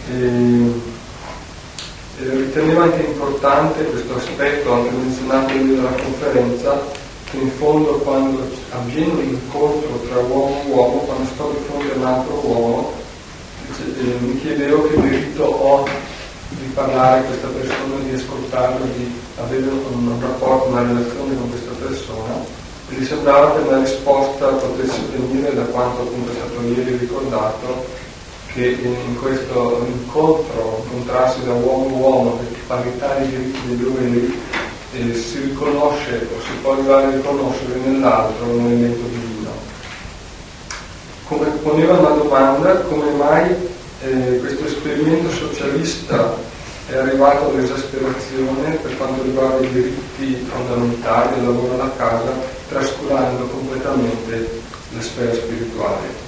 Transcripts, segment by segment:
E riteneva anche importante questo aspetto, anche menzionato nella conferenza, che in fondo quando avviene un incontro tra uomo e uomo, quando sto di fronte a un altro uomo, mi chiedevo che diritto ho di parlare a questa persona, di ascoltarlo, di avere un rapporto, una relazione con questa persona, e gli sembrava che la risposta potesse venire da quanto appunto è stato ieri ricordato, che in questo incontrarsi da uomo a uomo, per parità di diritti e doveri, si riconosce o si può arrivare a riconoscere nell'altro un elemento divino. Come poneva una domanda, come mai questo esperimento socialista è arrivato all'esasperazione per quanto riguarda i diritti fondamentali, il lavoro alla casa, trascurando completamente la sfera spirituale.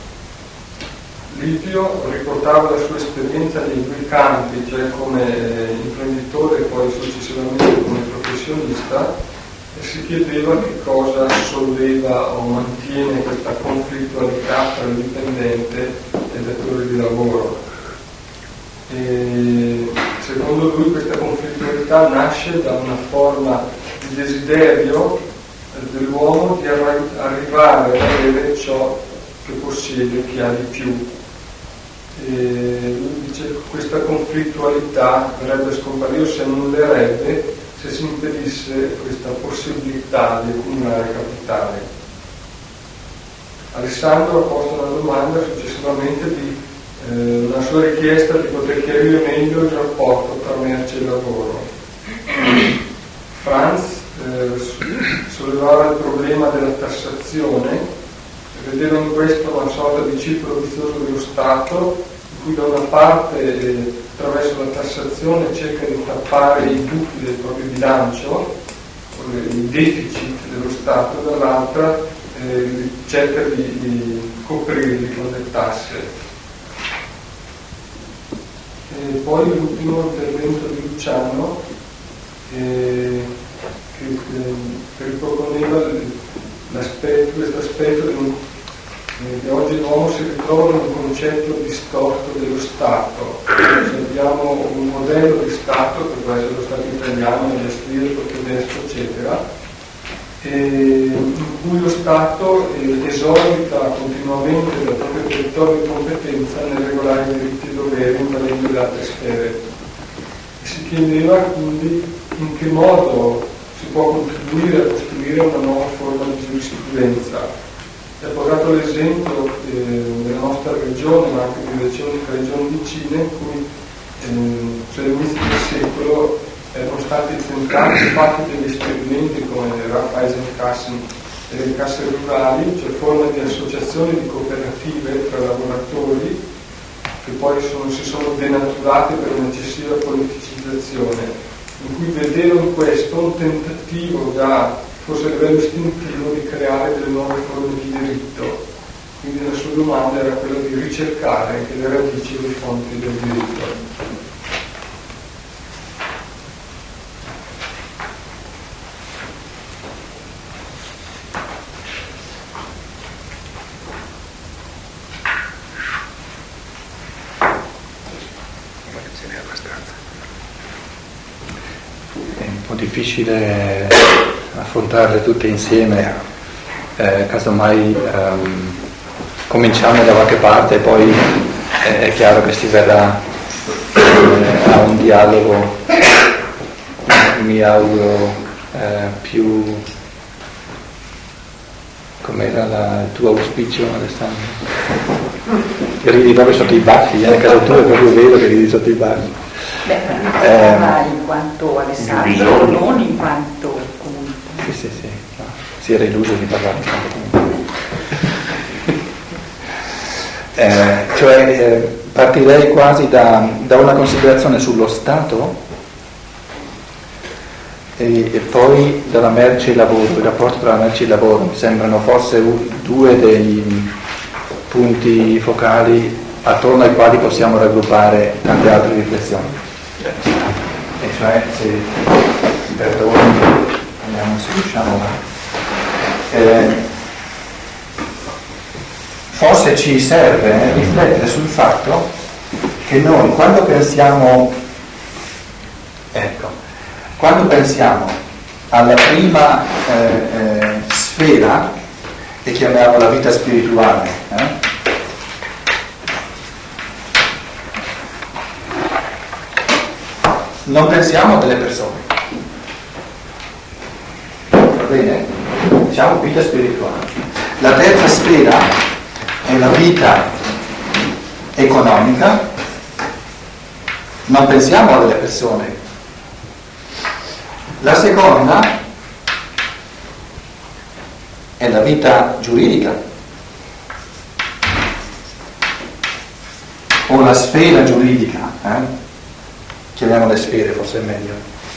Livio riportava la sua esperienza nei due campi, cioè come imprenditore e poi successivamente come professionista, e si chiedeva che cosa solleva o mantiene questa conflittualità tra il dipendente e il datore di lavoro. E secondo lui questa conflittualità nasce da una forma di desiderio dell'uomo di arrivare ad avere ciò che possiede, che ha di più. E lui dice che questa conflittualità verrebbe a scomparire o si annullerebbe se si impedisse questa possibilità di accumulare capitale. Alessandro ha posto una domanda successivamente di una sua richiesta di poter chiarire meglio il rapporto tra merce e lavoro. Franz sollevava il problema della tassazione, vedeva in questo una sorta di ciclo vizioso dello Stato, in cui da una parte attraverso la tassazione cerca di tappare i buchi del proprio bilancio, i deficit dello Stato, dall'altra cerca di coprirli con le tasse. E poi l'ultimo intervento di Luciano che riproponeva questo aspetto che oggi l'uomo si ritrova in un concetto distorto dello Stato. Abbiamo un modello di Stato, che può essere lo Stato italiano, l'austriaco, tedesco, eccetera, in cui lo Stato esorbita continuamente dal proprio territorio di competenza nel regolare i diritti e doveri invadendo le altre sfere. E si chiedeva quindi in che modo si può contribuire a costruire una nuova forma di giurisprudenza. Ha portato l'esempio della nostra regione, ma anche di regioni vicine, in cui all'inizio del secolo erano stati tentati, fatti degli esperimenti come le Raiffeisenkassen e le casse rurali, cioè forme di associazioni, di cooperative tra lavoratori, che poi si sono denaturate per un'eccessiva politicizzazione, in cui vedevano in questo un tentativo forse a livello istintivo di creare delle nuove forme di diritto. Quindi la sua domanda era quella di ricercare anche le radici e le fonti del diritto. È un po' difficile affrontarle tutte insieme, casomai cominciamo da qualche parte e poi è chiaro che si verrà a un dialogo, mi auguro, più. Com'era il tuo auspicio, Alessandro? Ridi proprio sotto i baffi, a casa tua è proprio vero che ridi sotto i baffi. In quanto Alessandro, non in quanto comunità. Sì, no, si era illuso di parlare in quanto comunità. Partirei quasi da una considerazione sullo Stato e poi dalla merce e il lavoro, il rapporto tra la merce e il lavoro. Mi sembrano forse due dei punti focali attorno ai quali possiamo raggruppare tante altre riflessioni. E cioè, se mi perdoni, vediamo se riusciamo forse ci serve riflettere sul fatto che noi quando pensiamo alla prima sfera, che chiamiamo la vita spirituale, non pensiamo a delle persone, va bene? Diciamo vita spirituale. La terza sfera è la vita economica, non pensiamo a delle persone. La seconda è la vita giuridica, o la sfera giuridica, chiamiamo le sfere, forse è meglio.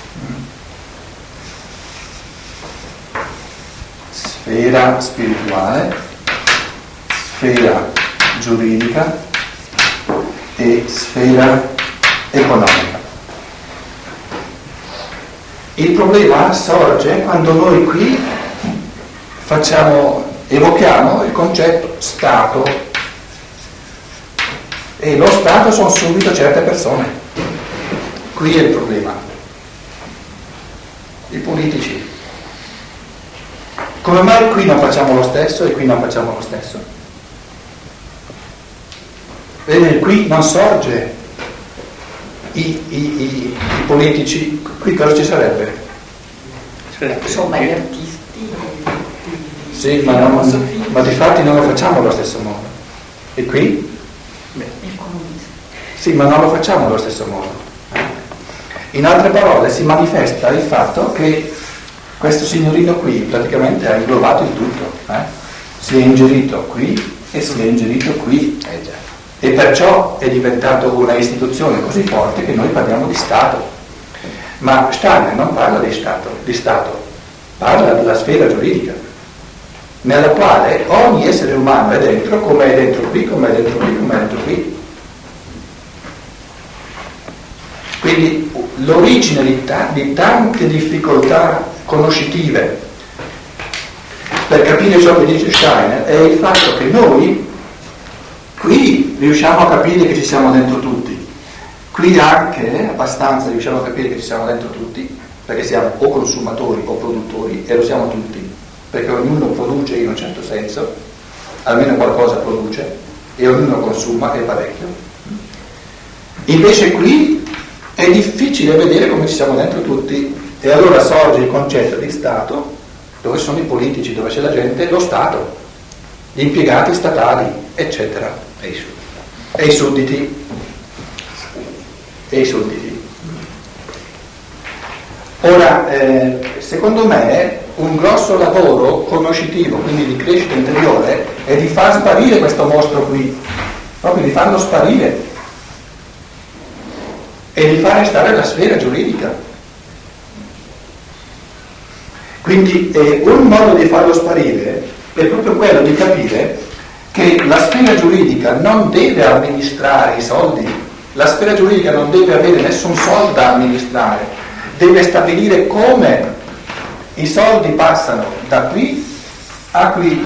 Sfera spirituale, sfera giuridica e sfera economica. Il problema sorge quando noi qui evochiamo il concetto Stato, e lo Stato sono subito certe persone. Qui è il problema. I politici. Come mai qui non facciamo lo stesso e qui non facciamo lo stesso? Vede, qui non sorge i politici, qui cosa ci sarebbe? Insomma, gli artisti. Sì, ma difatti non lo facciamo allo stesso modo. E qui? Sì, ma non lo facciamo allo stesso modo. In altre parole, si manifesta il fatto che questo signorino qui praticamente ha inglobato il tutto. Si è ingerito qui e si è ingerito qui. E perciò è diventato una istituzione così forte che noi parliamo di Stato. Ma Steiner non parla di Stato, parla della sfera giuridica, nella quale ogni essere umano è dentro, come è dentro qui, come è dentro qui, come è dentro qui. Quindi l'origine di tante difficoltà conoscitive per capire ciò che dice Steiner è il fatto che noi qui riusciamo a capire che ci siamo dentro tutti, qui anche abbastanza riusciamo a capire che ci siamo dentro tutti, perché siamo o consumatori o produttori, e lo siamo tutti, perché ognuno produce in un certo senso, almeno qualcosa produce, e ognuno consuma, e parecchio. Invece qui è difficile vedere come ci siamo dentro tutti, e allora sorge il concetto di Stato, dove sono i politici, dove c'è la gente, lo Stato, gli impiegati statali, eccetera, e i sudditi. Ora, secondo me, un grosso lavoro conoscitivo, quindi di crescita interiore, è di far sparire questo mostro qui, proprio di farlo sparire, e di far restare la sfera giuridica. Quindi un modo di farlo sparire è proprio quello di capire che la sfera giuridica non deve amministrare i soldi, la sfera giuridica non deve avere nessun soldo da amministrare, deve stabilire come i soldi passano da qui a qui,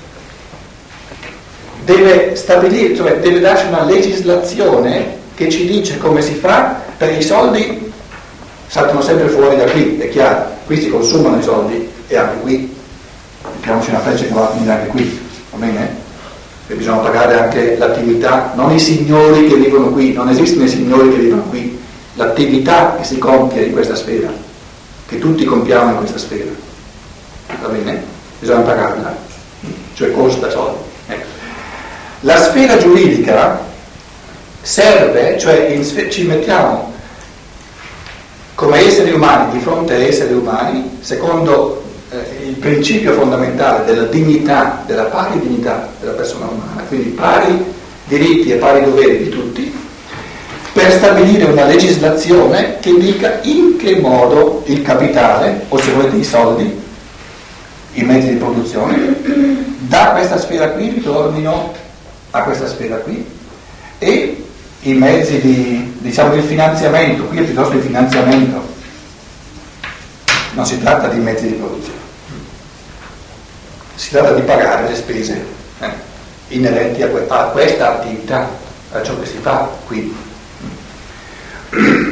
deve stabilire, cioè deve darci una legislazione che ci dice come si fa, perché i soldi saltano sempre fuori da qui, è chiaro, qui si consumano i soldi e anche qui, mettiamoci una freccia che va a finire anche qui, va bene? E bisogna pagare anche l'attività, non i signori che vivono qui, non esistono i signori che vivono qui, l'attività che si compie in questa sfera, che tutti compiamo in questa sfera, va bene? Bisogna pagarla, cioè costa soldi. Ecco. La sfera giuridica serve, cioè ci mettiamo come esseri umani di fronte a esseri umani, secondo il principio fondamentale della dignità, della pari dignità della persona umana, quindi pari diritti e pari doveri di tutti, per stabilire una legislazione che dica in che modo il capitale, o se volete i soldi, i mezzi di produzione, da questa sfera qui ritornino a questa sfera qui, e i mezzi di, diciamo, il finanziamento, qui è piuttosto il finanziamento, non si tratta di mezzi di produzione, si tratta di pagare le spese inerenti a questa attività, a ciò che si fa qui.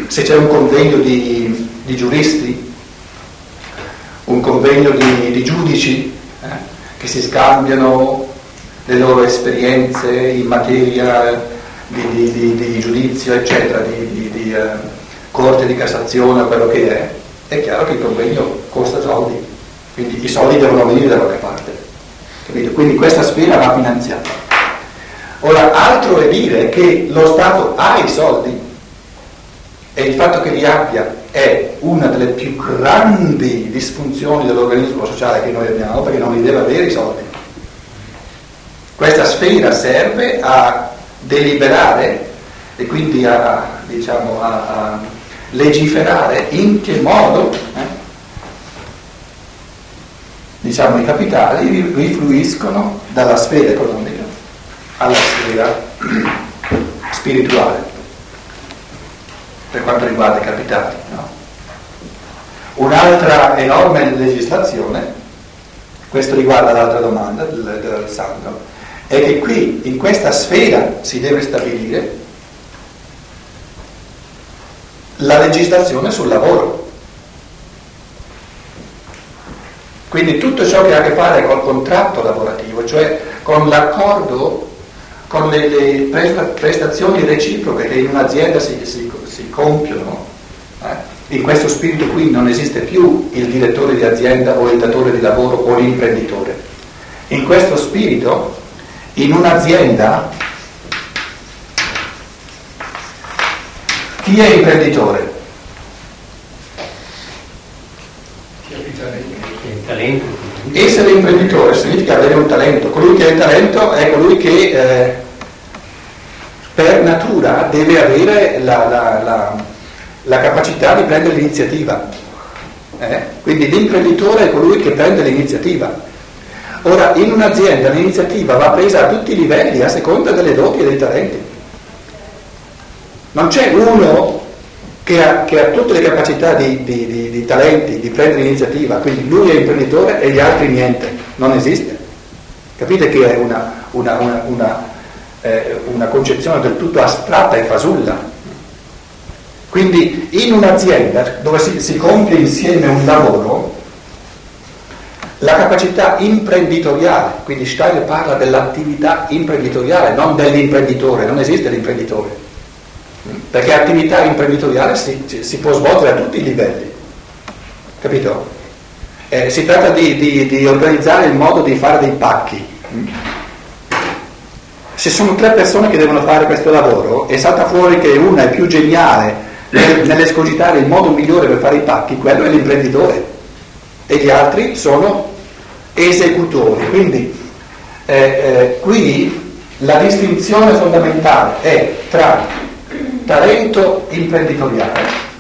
se c'è un convegno di giuristi, un convegno di giudici che si scambiano le loro esperienze in materia di giudizio, eccetera, di corte di Cassazione o quello che è chiaro che il convegno costa soldi, quindi i soldi devono venire da qualche parte, capito? Quindi questa sfera va finanziata. Ora, altro è dire che lo Stato ha i soldi e il fatto che li abbia è una delle più grandi disfunzioni dell'organismo sociale che noi abbiamo, perché non li deve avere i soldi. Questa sfera serve a deliberare e quindi a legiferare in che modo i capitali rifluiscono dalla sfera economica alla sfera spirituale per quanto riguarda i capitali, no? Un'altra enorme legislazione, questo riguarda l'altra domanda del Sandro, è che qui in questa sfera si deve stabilire la legislazione sul lavoro. Quindi tutto ciò che ha a che fare col contratto lavorativo, cioè con l'accordo, con le prestazioni reciproche che in un'azienda si compiono. In questo spirito qui non esiste più il direttore di azienda o il datore di lavoro o l'imprenditore. In questo spirito, in un'azienda, chi è imprenditore? Essere imprenditore significa avere un talento. Colui che ha il talento è colui che per natura deve avere la capacità di prendere l'iniziativa. Quindi l'imprenditore è colui che prende l'iniziativa. Ora, in un'azienda l'iniziativa va presa a tutti i livelli a seconda delle doti e dei talenti. Non c'è uno che ha tutte le capacità di talenti, di prendere l'iniziativa, quindi lui è imprenditore e gli altri niente. Non esiste. Capite che è una concezione del tutto astratta e fasulla. Quindi in un'azienda dove si compie insieme un lavoro, la capacità imprenditoriale, quindi Steiner parla dell'attività imprenditoriale, non dell'imprenditore, non esiste l'imprenditore, perché attività imprenditoriale si può svolgere a tutti i livelli, capito? Si tratta di organizzare il modo di fare dei pacchi. Se sono 3 persone che devono fare questo lavoro e salta fuori che una è più geniale nell'escogitare il modo migliore per fare i pacchi, quello è l'imprenditore e gli altri sono esecutori. Quindi qui la distinzione fondamentale è tra talento imprenditoriale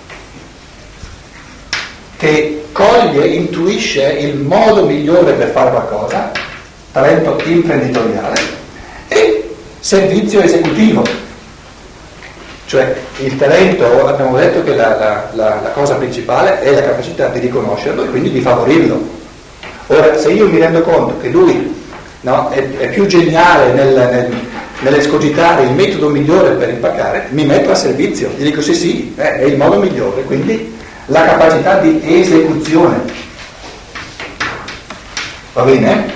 che coglie, intuisce il modo migliore per fare qualcosa, talento imprenditoriale, e servizio esecutivo. Cioè il talento, abbiamo detto che la cosa principale è la capacità di riconoscerlo e quindi di favorirlo. Ora, se io mi rendo conto che lui è più geniale nell'escogitare il metodo migliore per impaccare, mi metto a servizio, gli dico sì, è il modo migliore, quindi la capacità di esecuzione. Va bene?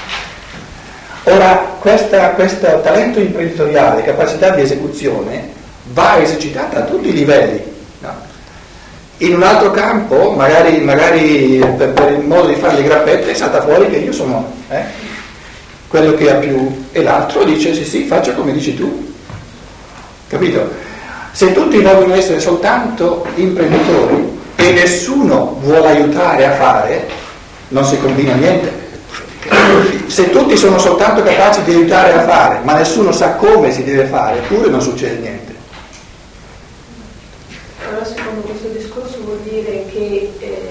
Ora, questo talento imprenditoriale, capacità di esecuzione, va esercitata a tutti i livelli. No? In un altro campo, magari per il modo di fare le grappette, salta fuori che io sono quello che ha più, e l'altro dice sì, faccia come dici tu. Capito? Se tutti vogliono essere soltanto imprenditori e nessuno vuole aiutare a fare, non si combina niente. Se tutti sono soltanto capaci di aiutare a fare, ma nessuno sa come si deve fare, eppure non succede niente. Allora, secondo questo discorso vuol dire che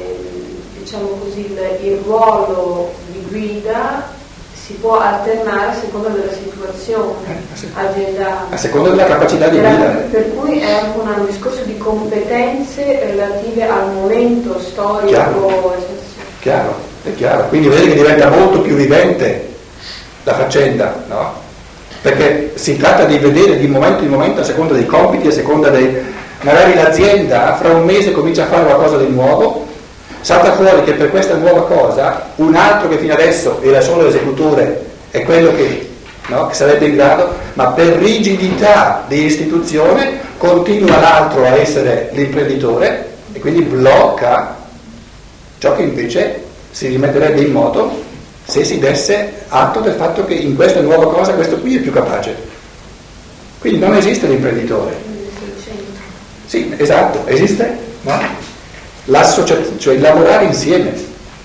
il ruolo di guida si può alternare a seconda della situazione aziendale, a seconda della capacità di guida. Per cui è anche un discorso di competenze relative al momento storico. Chiaro, è chiaro. Quindi vedete che diventa molto più vivente la faccenda, no? Perché si tratta di vedere di momento in momento a seconda dei compiti, a seconda Magari l'azienda fra un mese comincia a fare qualcosa di nuovo, salta fuori che per questa nuova cosa un altro che fino adesso era solo esecutore è quello che sarebbe in grado, ma per rigidità di istituzione continua l'altro a essere l'imprenditore e quindi blocca ciò che invece si rimetterebbe in moto se si desse atto del fatto che in questa nuova cosa questo qui è più capace. Quindi non esiste l'imprenditore. Sì, esatto, esiste, no? L'associazione, cioè il lavorare insieme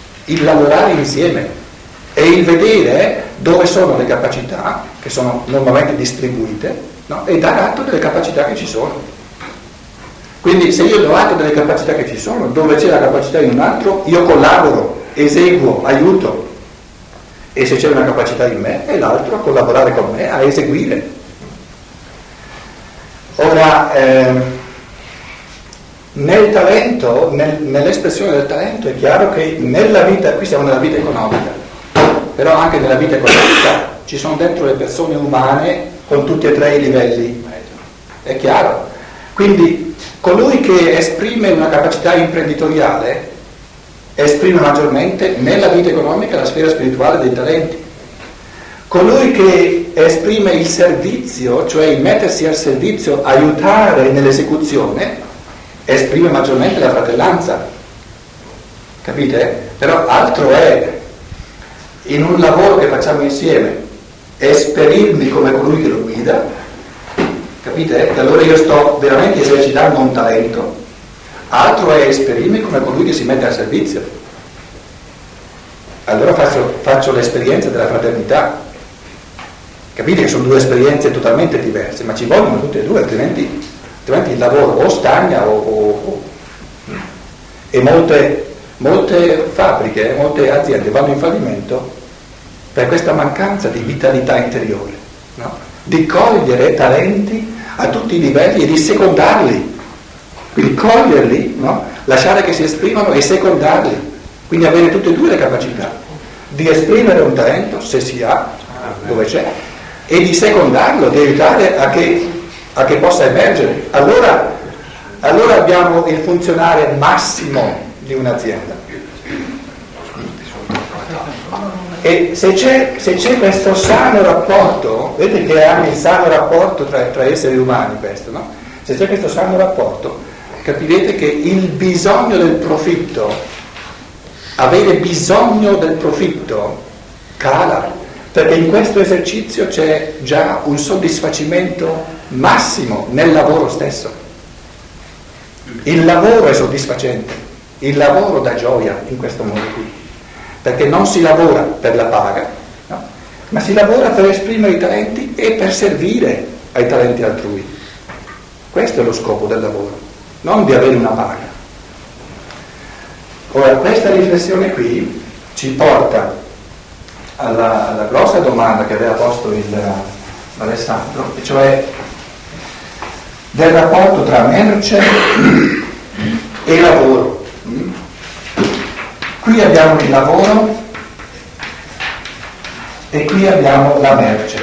e il vedere dove sono le capacità che sono normalmente distribuite, no? E dare atto delle capacità che ci sono. Quindi se io do atto delle capacità che ci sono, dove c'è la capacità in un altro, io collaboro, eseguo, aiuto. E se c'è una capacità in me, è l'altro a collaborare con me, a eseguire. Ora, nel talento, nell'espressione del talento è chiaro che nella vita, qui siamo nella vita economica, però anche nella vita economica ci sono dentro le persone umane con tutti e tre i livelli, è chiaro. Quindi colui che esprime una capacità imprenditoriale esprime maggiormente nella vita economica la sfera spirituale dei talenti. Colui che esprime il servizio, cioè il mettersi al servizio, aiutare nell'esecuzione, esprime maggiormente la fratellanza. Capite? Però altro è in un lavoro che facciamo insieme esperirmi come colui che lo guida, capite? Che allora io sto veramente esercitando un talento. Altro è esperirmi come colui che si mette al servizio. Allora faccio l'esperienza della fraternità. Capite che sono due esperienze totalmente diverse, ma ci vogliono tutte e due, altrimenti il lavoro o stagna e molte fabbriche, molte aziende vanno in fallimento per questa mancanza di vitalità interiore, no? Di cogliere talenti a tutti i livelli e di secondarli. Quindi coglierli, no? Lasciare che si esprimano e secondarli, quindi avere tutte e due le capacità di esprimere un talento, se si ha, dove c'è, e di secondarlo, di aiutare a che possa emergere. Allora abbiamo il funzionare massimo di un'azienda. E se c'è questo sano rapporto, vedete che è anche il sano rapporto tra esseri umani questo, no? Se c'è questo sano rapporto, capirete che il bisogno del profitto, avere bisogno del profitto, cala, perché in questo esercizio c'è già un soddisfacimento massimo nel lavoro stesso. Il lavoro è soddisfacente, il lavoro dà gioia in questo modo qui, perché non si lavora per la paga, no? Ma si lavora per esprimere i talenti e per servire ai talenti altrui. Questo è lo scopo del lavoro, non di avere una paga. Ora, questa riflessione qui ci porta alla grossa domanda che aveva posto Alessandro, e cioè del rapporto tra merce e lavoro. Qui abbiamo il lavoro e qui abbiamo la merce.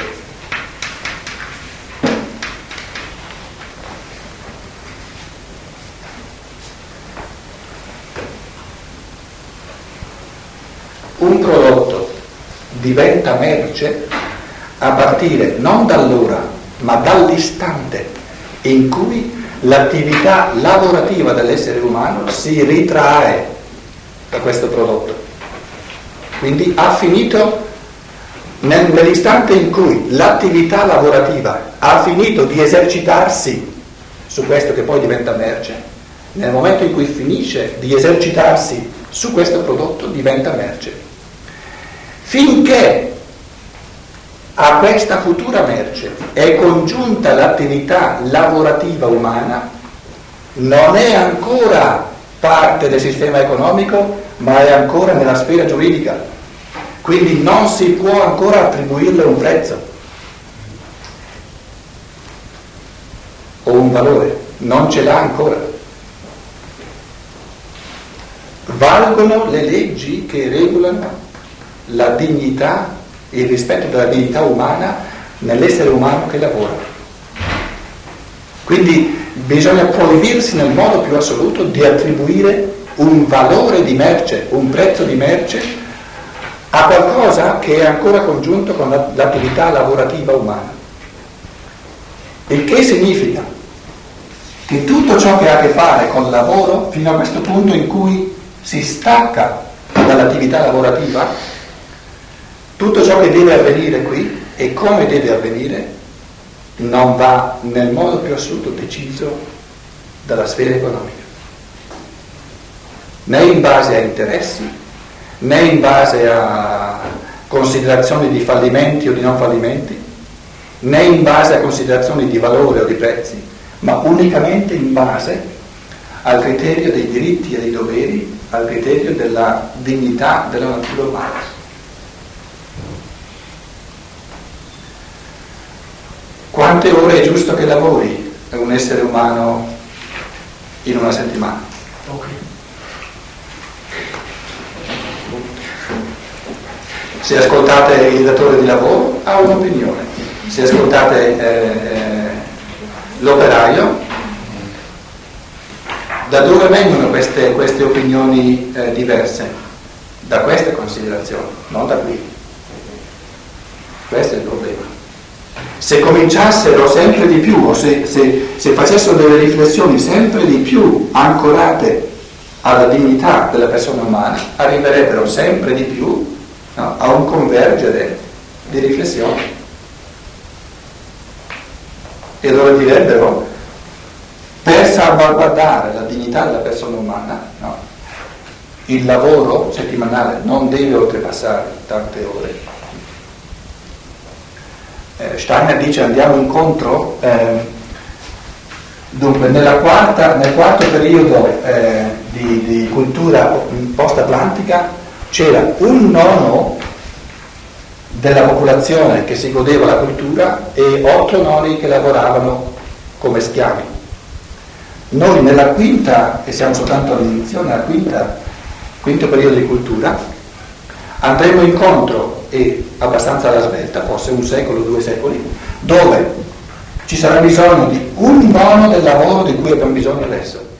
Un prodotto diventa merce a partire non dall'ora, ma dall'istante in cui l'attività lavorativa dell'essere umano si ritrae da questo prodotto. Quindi ha finito, nell'istante in cui l'attività lavorativa ha finito di esercitarsi su questo che poi diventa merce, nel momento in cui finisce di esercitarsi su questo prodotto diventa merce. Finché a questa futura merce è congiunta l'attività lavorativa umana, non è ancora parte del sistema economico, ma è ancora nella sfera giuridica. Quindi non si può ancora attribuirle un prezzo o un valore, non ce l'ha ancora. Valgono le leggi che regolano la dignità, il rispetto della dignità umana nell'essere umano che lavora. Quindi bisogna proibirsi nel modo più assoluto di attribuire un valore di merce, un prezzo di merce a qualcosa che è ancora congiunto con l'attività lavorativa umana. Il che significa che tutto ciò che ha a che fare con il lavoro, fino a questo punto in cui si stacca dall'attività lavorativa, tutto ciò che deve avvenire qui e come deve avvenire non va nel modo più assoluto deciso dalla sfera economica, né in base a interessi, né in base a considerazioni di fallimenti o di non fallimenti, né in base a considerazioni di valore o di prezzi, ma unicamente in base al criterio dei diritti e dei doveri, al criterio della dignità della natura umana. Quante ore è giusto che lavori un essere umano in una settimana? Se ascoltate il datore di lavoro ha un'opinione, se ascoltate l'operaio, da dove vengono queste opinioni diverse? Da queste considerazioni, non da qui. Questo è il problema. Se cominciassero sempre di più, o se facessero delle riflessioni sempre di più ancorate alla dignità della persona umana, arriverebbero sempre di più, no, a un convergere di riflessioni. E loro direbbero, per salvaguardare la dignità della persona umana, no, il lavoro settimanale non deve oltrepassare tante ore. Steiner dice andiamo incontro, dunque nel quarto periodo di cultura post-atlantica c'era 1/9 della popolazione che si godeva la cultura e 8 noni che lavoravano come schiavi. Noi nella quinta, e siamo soltanto all'inizio, nella quinto periodo di cultura, andremo incontro, e abbastanza alla svelta, forse 1 secolo, 2 secoli, dove ci sarà bisogno di 1/9 del lavoro di cui abbiamo bisogno adesso.